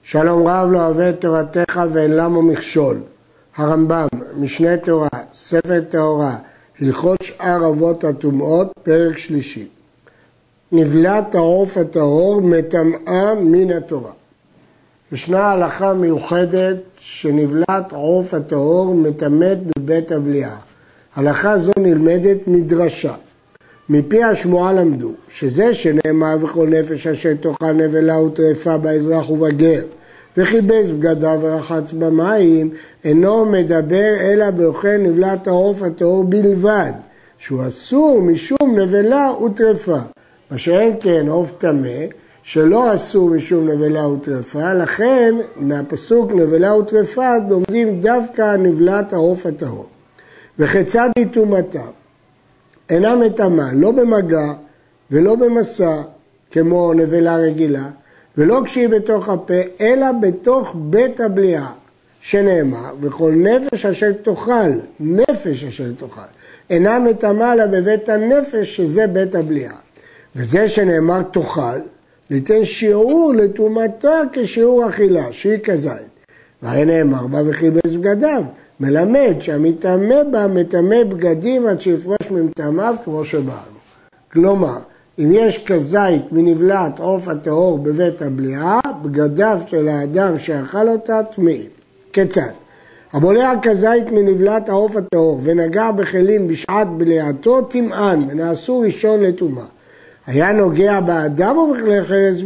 שלום רב לא אוהב את תורתך ואין למו מכשול. הרמב"ם, משנה תורה, ספר טהרה, הלכות שאר אבות הטומאות, פרק שלישי. נבלת העוף הטהור מטמאה מן התורה. ישנה הלכה מיוחדת שנבלת העוף הטהור מטמאת בבית הבליעה. הלכה זו נלמדת מדרשה. מפי השמועה למדו, שזה שנאמר וכל נפש אשר תאכל נבלה וטרפה באזרח ובגר, וכיבס בגדיו ורחץ במים, אינו מדבר אלא באוכל נבלת העוף הטהור בלבד, שהוא אסור משום נבלה וטרפה. מה שאין כן עוף טמא, שלא אסור משום נבלה וטרפה, לכן מהפסוק נבלה וטרפה לומדים דווקא נבלת העוף הטהור. וכיצד היא טומאתה? אינה מטמאה, לא במגע ולא במסע, כמו נבלה רגילה, ולא כשהיא בתוך הפה, אלא בתוך בית הבליעה, שנאמר, וכל נפש אשר תאכל, נפש אשר תאכל, אינה מטמאה לה בבית הנפש, שזה בית הבליעה. וזה שנאמר תאכל, ליתן שיעור לטומאתה כשיעור אכילה, שהיא כזית. והרי נאמר בה וכיבס בגדיו, מלמד שהמטמא בה מטמא בגדים עד שיפרוש ממטעמיו כמו שבאנו. כלומר, אם יש כזית מנבלת עוף הטהור בבית הבליעה, בגדיו של האדם שאכל אותה טמאים. כיצד? הבולע כזית מנבלת העוף הטהור ונגע בכלים בשעת בליעתו, טמאן, ונעשו ראשון לטומאה. היה נוגע באדם ובכלי חרס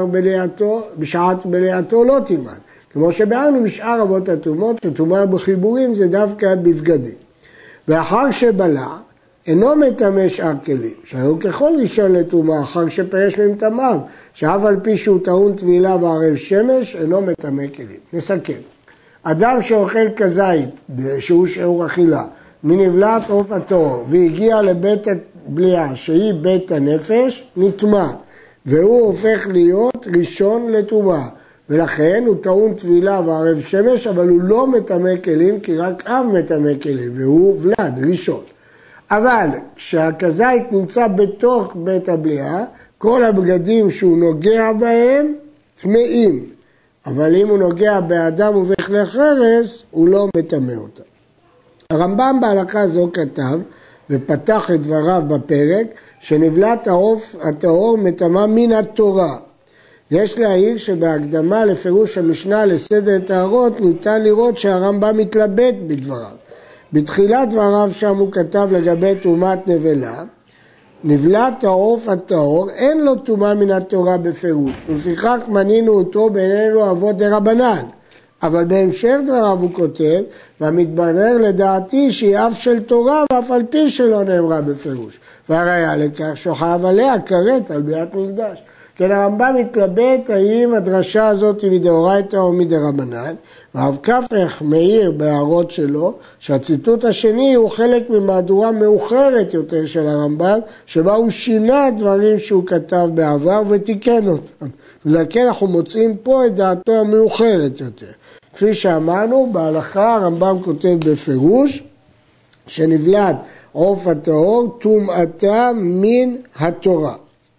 בשעת בליעתו לא טמאן. כמו שבאנו משאר אבות הטומאות, שטומאה בחיבורים זה דווקא בבגדים. ואחר שבלע, אינו מטמא שאר כלים, שהיו ככל ראשון לטומאה, אחר שפרש ממטמאיו, שאף על פי שהוא טעון טבילה וערב שמש, אינו מטמא כלים. נסכם. אדם שאוכל כזית, שהוא שיעור אכילה, מנבלת עוף הטהור, והגיע לבית הבליעה, שהיא בית הנפש, נטמא, והוא הופך להיות ראשון לטומאה. ולכן הוא טעון טבילה וערב שמש, אבל הוא לא מטמא כלים, כי רק אב מטמא כלים, והוא ולד, ראשון. אבל כשהכזית נמצא בתוך בית הבליעה, כל הבגדים שהוא נוגע בהם טמאים. אבל אם הוא נוגע באדם ובכלי חרס, הוא לא מטמא אותם. הרמב"ם בהלכה זו כתב, ופתח את דבריו בפרק, שנבלת העוף הטהור מטמא מן התורה. יש להעיר שבהקדמה לפירוש המשנה לסדר טהרות ניתן לראות שהרמב"ם מתלבט בדבריו. בתחילת דבריו שם הוא כתב לגבי טומאת נבלה, נבלת העוף הטהור אין לו טומאה מן התורה בפירוש, ולפיכך מנינו אותו בעינינו אבות דרבנן. אבל בהמשך דבריו הוא כותב, והמתברר לדעתי שהיא אף של תורה ואף על פי שלא נאמרה בפירוש. והראיה לכך שוכב עליה כרת על בית מקדש. כן, הרמב"ם מתלבט האם הדרשה הזאת היא מדאורייתא או מדרבנן, והרב כפרח מעיר בהערות שלו שהציטוט השני הוא חלק ממהדורה מאוחרת יותר של הרמב"ם, שבה הוא שינה דברים שהוא כתב בעבר ותיקן אותם. ולכן אנחנו מוצאים פה את דעתו המאוחרת יותר. כפי שאמרנו, בהלכה הרמב"ם כותב בפירוש שנבלת עוף הטהור טומאתה מן התורה.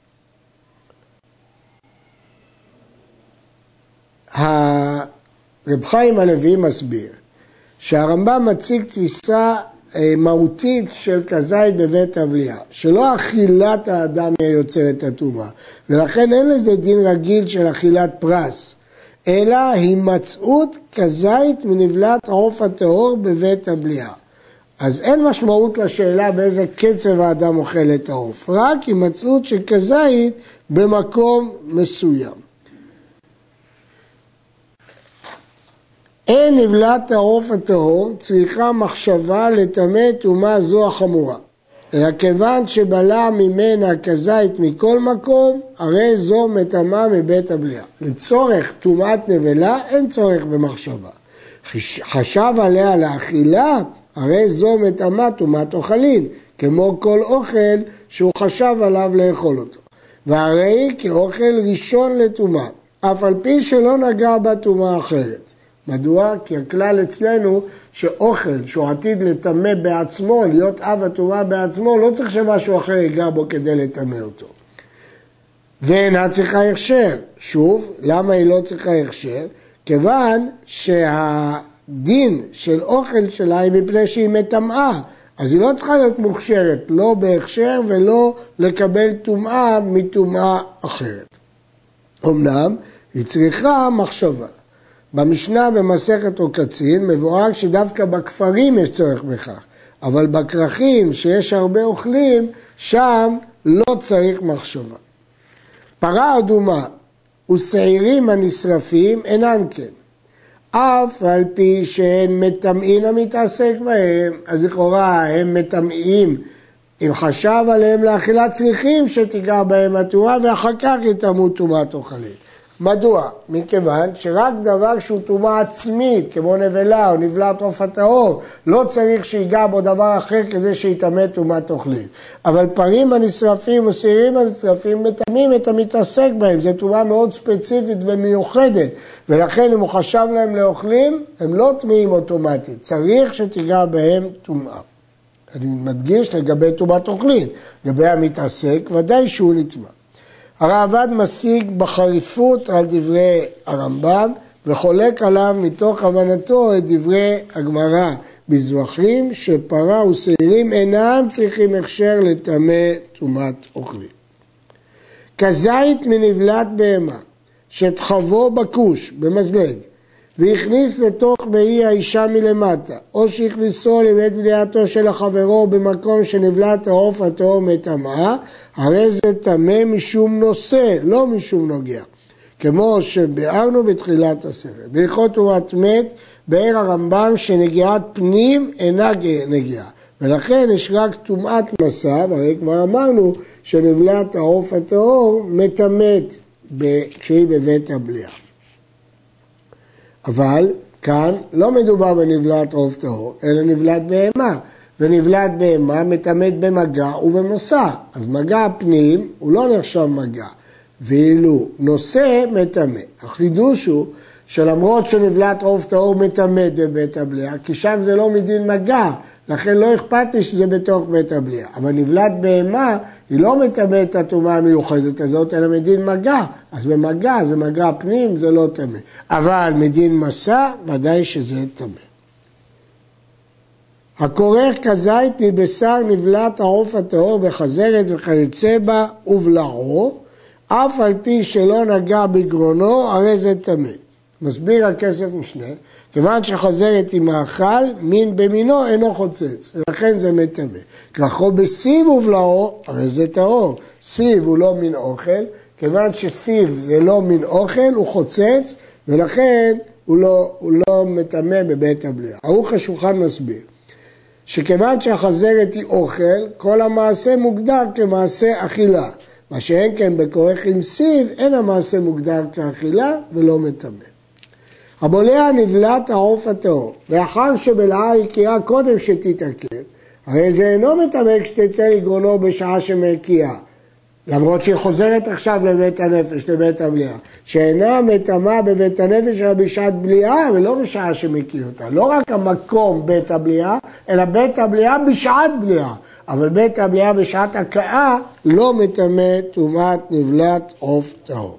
רב חיים הלוי מסביר שהרמב"ם מציג תפיסה מהותית של כזית בבית הבליעה, שלא אכילת האדם היא יוצרת הטומאה, ולכן אין לזה דין רגיל של אכילת פרס, אלא הימצאות כזית מנבלת העוף הטהור בבית הבליעה. אז אין משמעות לשאלה באיזה קצב האדם אוכל את העוף, רק הימצאות של כזית במקום מסוים. אין נבלת העוף הטהור צריכה מחשבה לטמא טומאה זו החמורה. אלא כיוון שבלע ממנה כזית מכל מקום, הרי זו מטמאה מבית הבליעה. לצורך טומאת נבלה אין צורך במחשבה. חשב עליה לאכילה, הרי זו מטמאה טומאת אוכלין, כמו כל אוכל שהוא חשב עליו לאכול אותו. והרי כאוכל ראשון לטומאה, אף על פי שלא נגע בה טומאה אחרת. מדוע? כי הכלל אצלנו שאוכל שהוא עתיד לטמא בעצמו, להיות אב הטומאה בעצמו, לא צריך שמשהו אחר ייגע בו כדי לטמא אותו. ואינה צריכה הכשר. שוב, למה היא לא צריכה הכשר? כיוון שהדין של אוכל שלה היא מפני שהיא מטמאה, אז היא לא צריכה להיות מוכשרת, לא בהכשר ולא לקבל טומאה מטומאה אחרת. אמנם היא צריכה מחשבה. במשנה במסכת עוקצין מבואר שדווקא בכפרים יש צורך בכך, אבל בכרכים שיש הרבה אוכלים, שם לא צריך מחשבה. פרה אדומה ושעירים הנשרפים אינן כן. אף על פי שהן מטמאים המתעסק בהם, אז לכאורה הם מטמאים, אם חשב עליהם לאכילה צריכים שתיגע בהם התורה ואחר כך יטמאו טומאת אוכלים. מדוע? מכיוון שרק דבר שהוא טומאה עצמית, כמו נבלה או נבלת עוף הטהור, לא צריך שיגע בו דבר אחר כדי שיטמא טומאת אוכלים. אבל פרים הנשרפים או שעירים הנשרפים מטמאים את המתעסק בהם, זו טומאה מאוד ספציפית ומיוחדת, ולכן אם הוא חשב להם לאוכלים, הם לא טמאים אוטומטית, צריך שתיגע בהם טומאה. אני מדגיש לגבי טומאת אוכלים, לגבי המתעסק, ודאי שהוא נטמא. הרעב"ד משיג בחריפות על דברי הרמב"ם וחולק עליו מתוך הבנתו את דברי הגמרא בזבחים שפרה ושעירים אינם צריכים הכשר לטמא טומאת אוכלים. כזית מנבלת בהמה שתחבו בכוש במזלג והכניס לתוך מעי האישה מלמטה, או שהכניסו לבית בליעתו של החברו במקום שנבלת העוף הטהור מטמאה, הרי זה טמא משום נושא, לא משום נוגע. כמו שביארנו בתחילת הספר. בהלכות טומאת מת, באר הרמב"ם שנגיעת פנים אינה נגיעה. ולכן יש רק טומאת מסע, והרי כבר אמרנו שנבלת העוף הטהור מטמאת כשהיא בבית הבליעה. אבל כאן לא מדובר בנבלת עוף טהור, אלא נבלת בהמה. ונבלת בהמה מטמאת במגע ובמסע. אז מגע פנים הוא לא נחשב מגע. ואילו נושא מטמא. החידוש הוא שלמרות שנבלת עוף טהור מטמאת בבית הבליעה, כי שם זה לא מדין מגע, לכן לא אכפת לי שזה בתוך בית הבליעה. אבל נבלת בהמה היא לא מטמאת את הטומאה המיוחדת הזאת, אלא מדין מגע. אז במגע זה מגע פנים, זה לא טמא. אבל מדין מסע, ודאי שזה טמא. הכורך כזית מבשר נבלת העוף הטהור בחזרת וכיוצא בה ובלעו, אף על פי שלא נגע בגרונו, הרי זה טמא. מסביר הכסף משנה, כיוון שחזרת היא מאכל, מין במינו אינו חוצץ, ולכן זה מטמא. ככו בסיב ובלעו, הרי זה טהור. סיב הוא לא מין אוכל, כיוון שסיב זה לא מין אוכל, הוא חוצץ, ולכן הוא לא מטמא בבית הבליעה. ערוך השולחן מסביר, שכיוון שהחזרת היא אוכל, כל המעשה מוגדר כמעשה אכילה. מה שאין כן בכורך עם סיב, אין המעשה מוגדר כאכילה ולא מטמא. הבולע נבלת העוף הטהור, ואחר שבלעה הקיעה קודם שתתעכב, הרי זה אינו מטמא כשתצא לגרונו בשעה שמקיעה, למרות שהיא חוזרת עכשיו לבית הנפש, לבית הבליעה, שאינה מטמאה בבית הנפש אלא בשעת בליעה ולא בשעה שמקיא אותה. לא רק המקום בית הבליעה, אלא בית הבליעה בשעת בליעה. אבל בית הבליעה בשעת הקאה לא מטמא טומאת נבלת עוף טהור.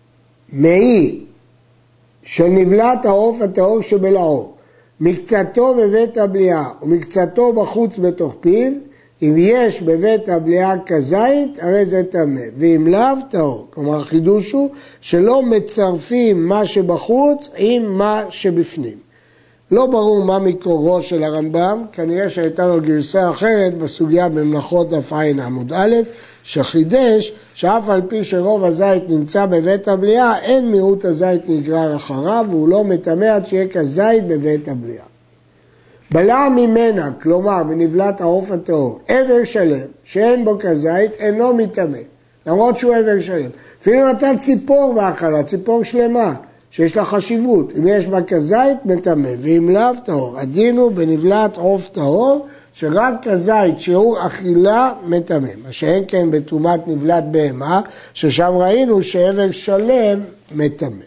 מעי של נבלת העוף הטהור שבלעו, מקצתו בבית הבליעה ומקצתו בחוץ בתוך פיו, אם יש בבית הבליעה כזית, הרי זה טמא, ואם לאו טהור. כלומר, החידוש הוא שלא מצרפים מה שבחוץ עם מה שבפנים. לא ברור מה מקורו של הרמב"ם, כנראה שהייתה לו גרסה אחרת בסוגיה במלאכות דף ע' עמוד א', שחידש שאף על פי שרוב הזית נמצא בבית הבליעה, אין מיעוט הזית נגרר אחריו, והוא לא מטמא עד שיהיה כזית בבית הבליעה. בלע ממנה, כלומר מנבלת העוף הטהור, עבר שלם שאין בו כזית, אינו מטמא, למרות שהוא עבר שלם. אפילו נתן ציפור ואכלה, ציפור שלמה, שיש לה חשיבות. אם יש בה כזית, מטמא, ואם לאו טהור. הדין הוא בנבלת עוף טהור, שרק כזית שיעור אכילה מטמא. מה שאין כן בטומאת נבלת בהמה, ששם ראינו שעבר שלם מטמא.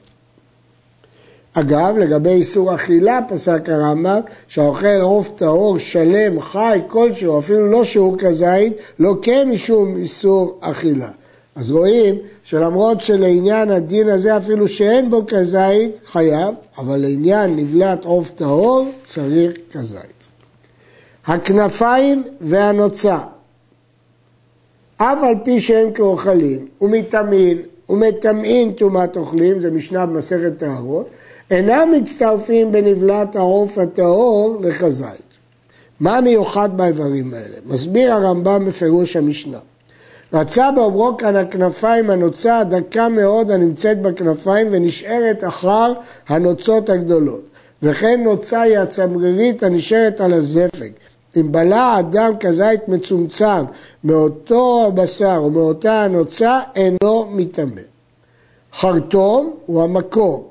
אגב, לגבי איסור אכילה פסק הרמב"ם, שהאוכל עוף טהור שלם חי כלשהו, אפילו לא שיעור כזית, לא כן משום איסור אכילה. אז רואים שלמרות שלעניין הדין הזה אפילו שאין בו כזית חייב, אבל לעניין נבלת עוף טהור צריך כזית. הכנפיים והנוצה, אף על פי שהם כאוכלים ומטמאים טומאת אוכלים, זה משנה במסכת טהרות, אינם מצטרפים בנבלת העוף הטהור לכזית. מה מיוחד באיברים האלה? מסביר הרמב"ם בפירוש המשנה. רצה באומרו כאן הכנפיים הנוצה הדקה מאוד הנמצאת בכנפיים ונשארת אחר הנוצות הגדולות. וכן נוצה היא הצמרירית הנשארת על הזפק. אם בלע אדם כזית מצומצם מאותו הבשר או מאותה הנוצה אינו מטמא. חרטום הוא המקור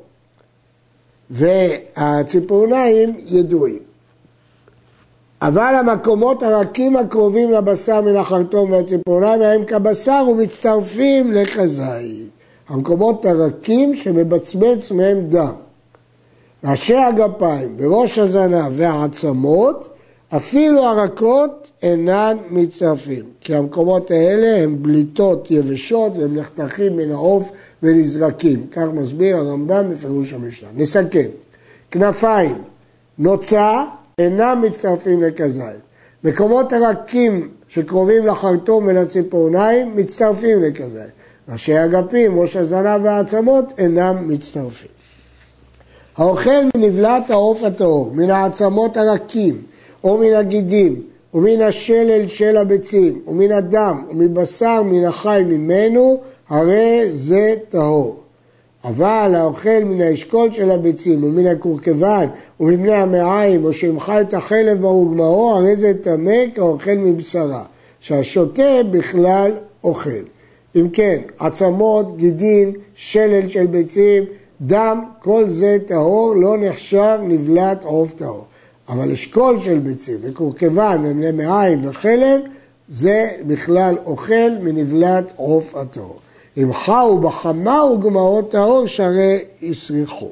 והציפורניים ידועים. אבל המקומות הרכים הקרובים לבשר מן החרטום והציפורניים הם כבשר ומצטרפים לכזית. המקומות הרכים שמבצבץ מהם דם. ראשי הגפיים וראש הזנב והעצמות אפילו הרכות אינן מצטרפים. כי המקומות האלה הם בליטות יבשות והם נחתכים מן העוף ונזרקים. כך מסביר הרמב"ם בפירוש המשנה. נסכם. כנפיים, נוצה, אינם מצטרפים לכזית. מקומות הרכים שקרובים לחרטום ולציפורניים מצטרפים לכזית. ראשי הגפים, ראש הזנב והעצמות אינם מצטרפים. האוכל מנבלת העוף הטהור, מן העצמות הרכים או מן הגידים ומן השלל של הביצים ומן הדם ומבשר מן החי ממנו, הרי זה טהור. אבל האוכל מן האשכול של הביצים ומן הקורקבן ומבני המעיים או שהמחה את החלב ברוגמהו, הרי זה טמא כאוכל מבשרה, שהשוטה בכלל אוכל. אם כן, עצמות, גידים, שלל של ביצים, דם, כל זה טהור, לא נחשב נבלת עוף טהור. אבל אשכול של ביצים וקורקבן ומבני מעיים וחלב, זה בכלל אוכל מנבלת עוף הטהור. אם חאו בחמה וגמרות טהור שהרי יסריחו.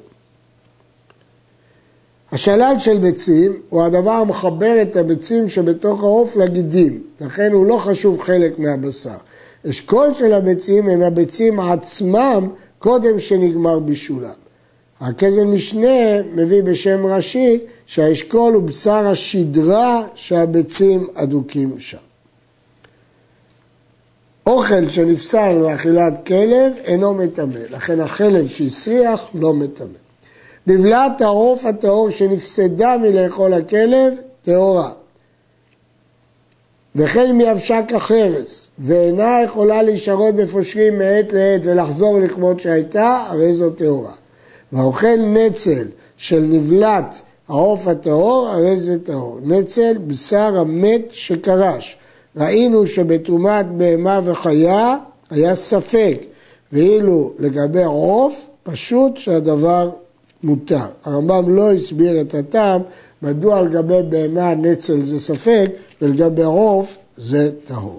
השלל של ביצים הוא הדבר המחבר את הביצים שבתוך העוף לגידים, לכן הוא לא חשוב חלק מהבשר. אשכול של הביצים הם הביצים עצמם קודם שנגמר בישולם. הכזל משנה מביא בשם ראשי שהאשכול הוא בשר השדרה שהביצים אדוקים שם. אוכל שנפסל מאכילת כלב אינו מטמא, לכן החלב שהסריח לא מטמא. נבלת העוף הטהור שנפסדה מלאכול הכלב טהורה. וכן אם יבשה כחרס ואינה יכולה להישארות בפושרים מעת לעת ולחזור לכמות שהייתה, הרי זו טהורה. והאוכל נצל של נבלת העוף הטהור, הרי זה טהור. נצל בשר המת שקרש. ראינו שבטומאת בהמה וחיה היה ספק, ואילו לגבי עוף פשוט שהדבר מותר. הרמב"ם לא הסביר את הטעם מדוע לגבי בהמה נצל זה ספק ולגבי עוף זה טהור.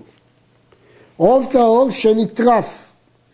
עוף טהור שנטרף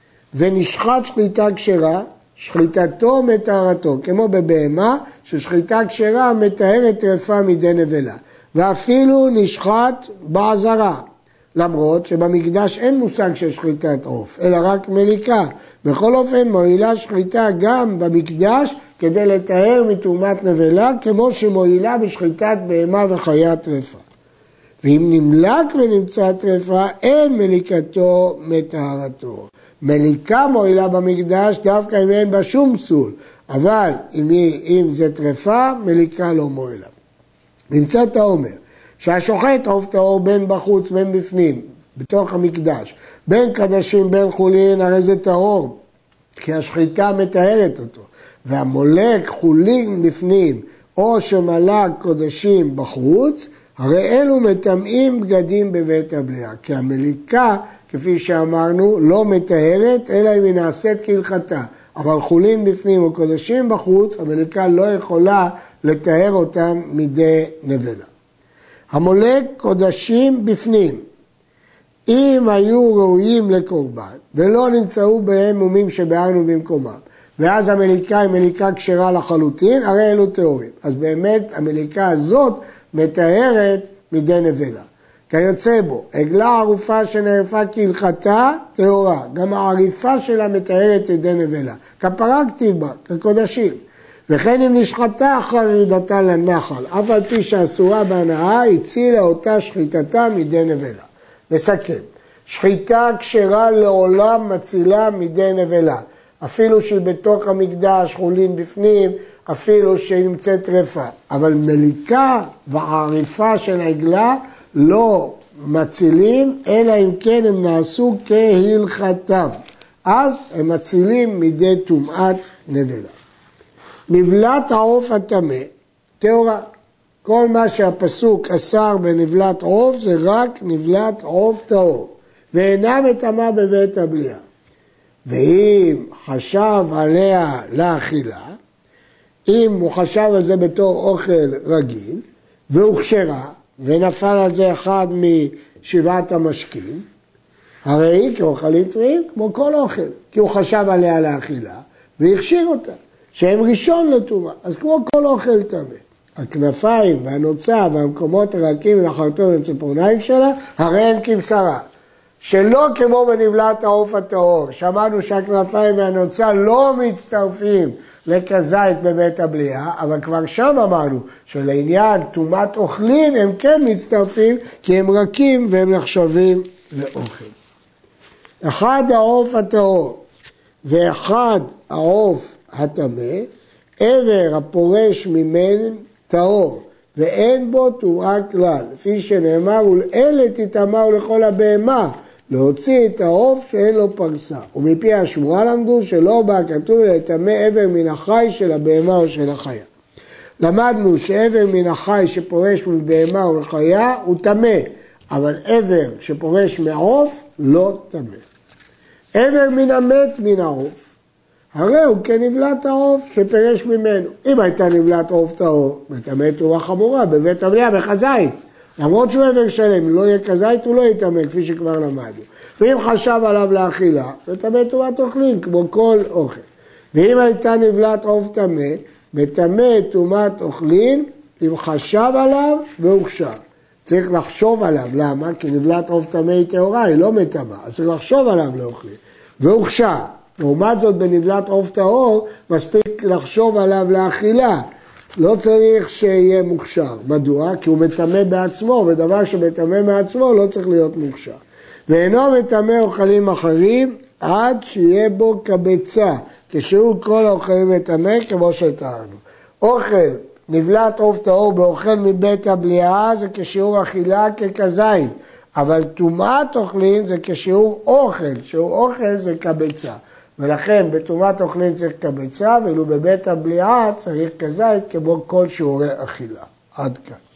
ונשחט שחיטה כשרה, שחיטתו מטהרתו, כמו בבהמה ששחיטה כשרה מטהרת טרפה מדי נבלה. ואפילו נשחט בעזרה, למרות שבמקדש אין מושג של שחיטת עוף, אלא רק מליקה. בכל אופן מועילה שחיטה גם במקדש כדי לטהר מטומאת נבלה, כמו שמועילה בשחיטת בהמה וחיה טרפה. ואם נמלק ונמצא טרפה, אין מליקתו מטהרתו. מליקה מועילה במקדש דווקא אם אין בה שום פסול, אבל אם זה טרפה, מליקה לא מועילה. נמצא את האומר, שהשוחט עוף טהור בין בחוץ בין בפנים, בתוך המקדש, בין קדשים בין חולין, הרי זה טהור, כי השחיטה מטהרת אותו, והמולק חולין בפנים, או שמלק קודשים בחוץ, הרי אלו מטמאים בגדים בבית הבליעה, כי המליקה, כפי שאמרנו, לא מטהרת, אלא אם היא נעשית כהלכתה, אבל חולין בפנים או קודשים בחוץ, המליקה לא יכולה לטהר אותם מדי נבלה. המולק קודשים בפנים, אם היו ראויים לקורבן ולא נמצאו בהם מומים שבערנו במקומם, ואז המליקה היא מליקה כשרה לחלוטין, הרי אלו טהורים. אז באמת המליקה הזאת מטהרת מדי נבלה. כיוצא בו, עגלה ערופה שנערפה כהלכתה, טהורה. גם העריפה שלה מתארת ידי נבלה. כפרה כתיב בה, כקודשים. וכן אם נשחטה אחר ירידתה לנחל, אף על פי שאסורה בהנאה, הצילה אותה שחיטתה מידי נבלה. נסכם. שחיטה כשרה לעולם מצילה מידי נבלה. אפילו שהיא בתוך המקדש, חולין בפנים, אפילו שהיא נמצאת טרפה. אבל מליקה ועריפה של עגלה לא מצילים, אלא אם כן הם נעשו כהלכתם. אז הם מצילים מידי טומאת נבלה. נבלת העוף הטמא, טהורה. כל מה שהפסוק אסר בנבלת עוף זה רק נבלת עוף טהור, ואינה מטמאה בבית הבליעה. ואם חשב עליה לאכילה, אם הוא חשב על זה בתור אוכל רגיל, והוכשרה, ונפל על זה אחד משבעת המשקים, הרי היא כאוכלים טמאים כמו כל אוכל, כי הוא חשב עליה לאכילה, והכשיר אותה, שהם ראשון לטומאה, אז כמו כל אוכל טמא. הכנפיים והנוצה והמקומות הרכים והחרטום והציפורניים שלה, הרי הם כבשרה. שלא כמו בנבלת העוף הטהור, שמענו שהכנפיים והנוצה לא מצטרפים לכזית בבית הבליעה, אבל כבר שם אמרנו שלעניין טומאת אוכלים הם כן מצטרפים, כי הם רכים והם נחשבים לאוכל. אחד העוף הטהור ואחד העוף הטמא, עבר הפורש ממנו טהור, ואין בו טומאה כלל, לפי שנאמר, ולאלה תטמאו לכל הבהמה, להוציא את העוף שאין לו פרסה. ומפי השמועה למדו שלא בא כתוב לטמא עבר מן החי של הבהמה או של החיה. למדנו שעבר מן החי שפורש מבהמה או מחיה הוא טמא, אבל עבר שפורש מעוף לא טמא. עבר מן המת מן העוף, הרי הוא כנבלת העוף שפרש ממנו. אם הייתה נבלת עוף טהור, מטמא תורה חמורה בבית הבליעה בכזית. למרות שהוא עבר שלם, אם לא יהיה כזית הוא לא יטמא, כפי שכבר למדנו. ואם חשב עליו לאכילה, מטמא תורת אוכלים, כמו כל אוכל. ואם הייתה נבלת עוף טמא, מטמא תורת אוכלים, אם חשב עליו והוכשר. צריך לחשוב עליו, למה? כי נבלת עוף טמא היא טהורה, היא לא מטמאה, אז צריך לחשוב עליו לאוכלים. והוכשר. לעומת זאת בנבלת עוף טהור, מספיק לחשוב עליו לאכילה. לא צריך שיהיה מוכשר. מדוע? כי הוא מטמא בעצמו, ודבר שמטמא מעצמו לא צריך להיות מוכשר. ואינו מטמא אוכלים אחרים עד שיהיה בו כביצה, כשהוא כל האוכלים מטמא כמו שתראנו. אוכל, נבלת עוף טהור באוכל מבית הבליעה זה כשיעור אכילה ככזית, אבל טומאת אוכלים זה כשיעור אוכל, שיעור אוכל זה כביצה. ולכן בטומאת אוכלים צריך כביצה, ואילו בבית הבליעה צריך כזית כמו כל שיעורי אכילה. עד כאן.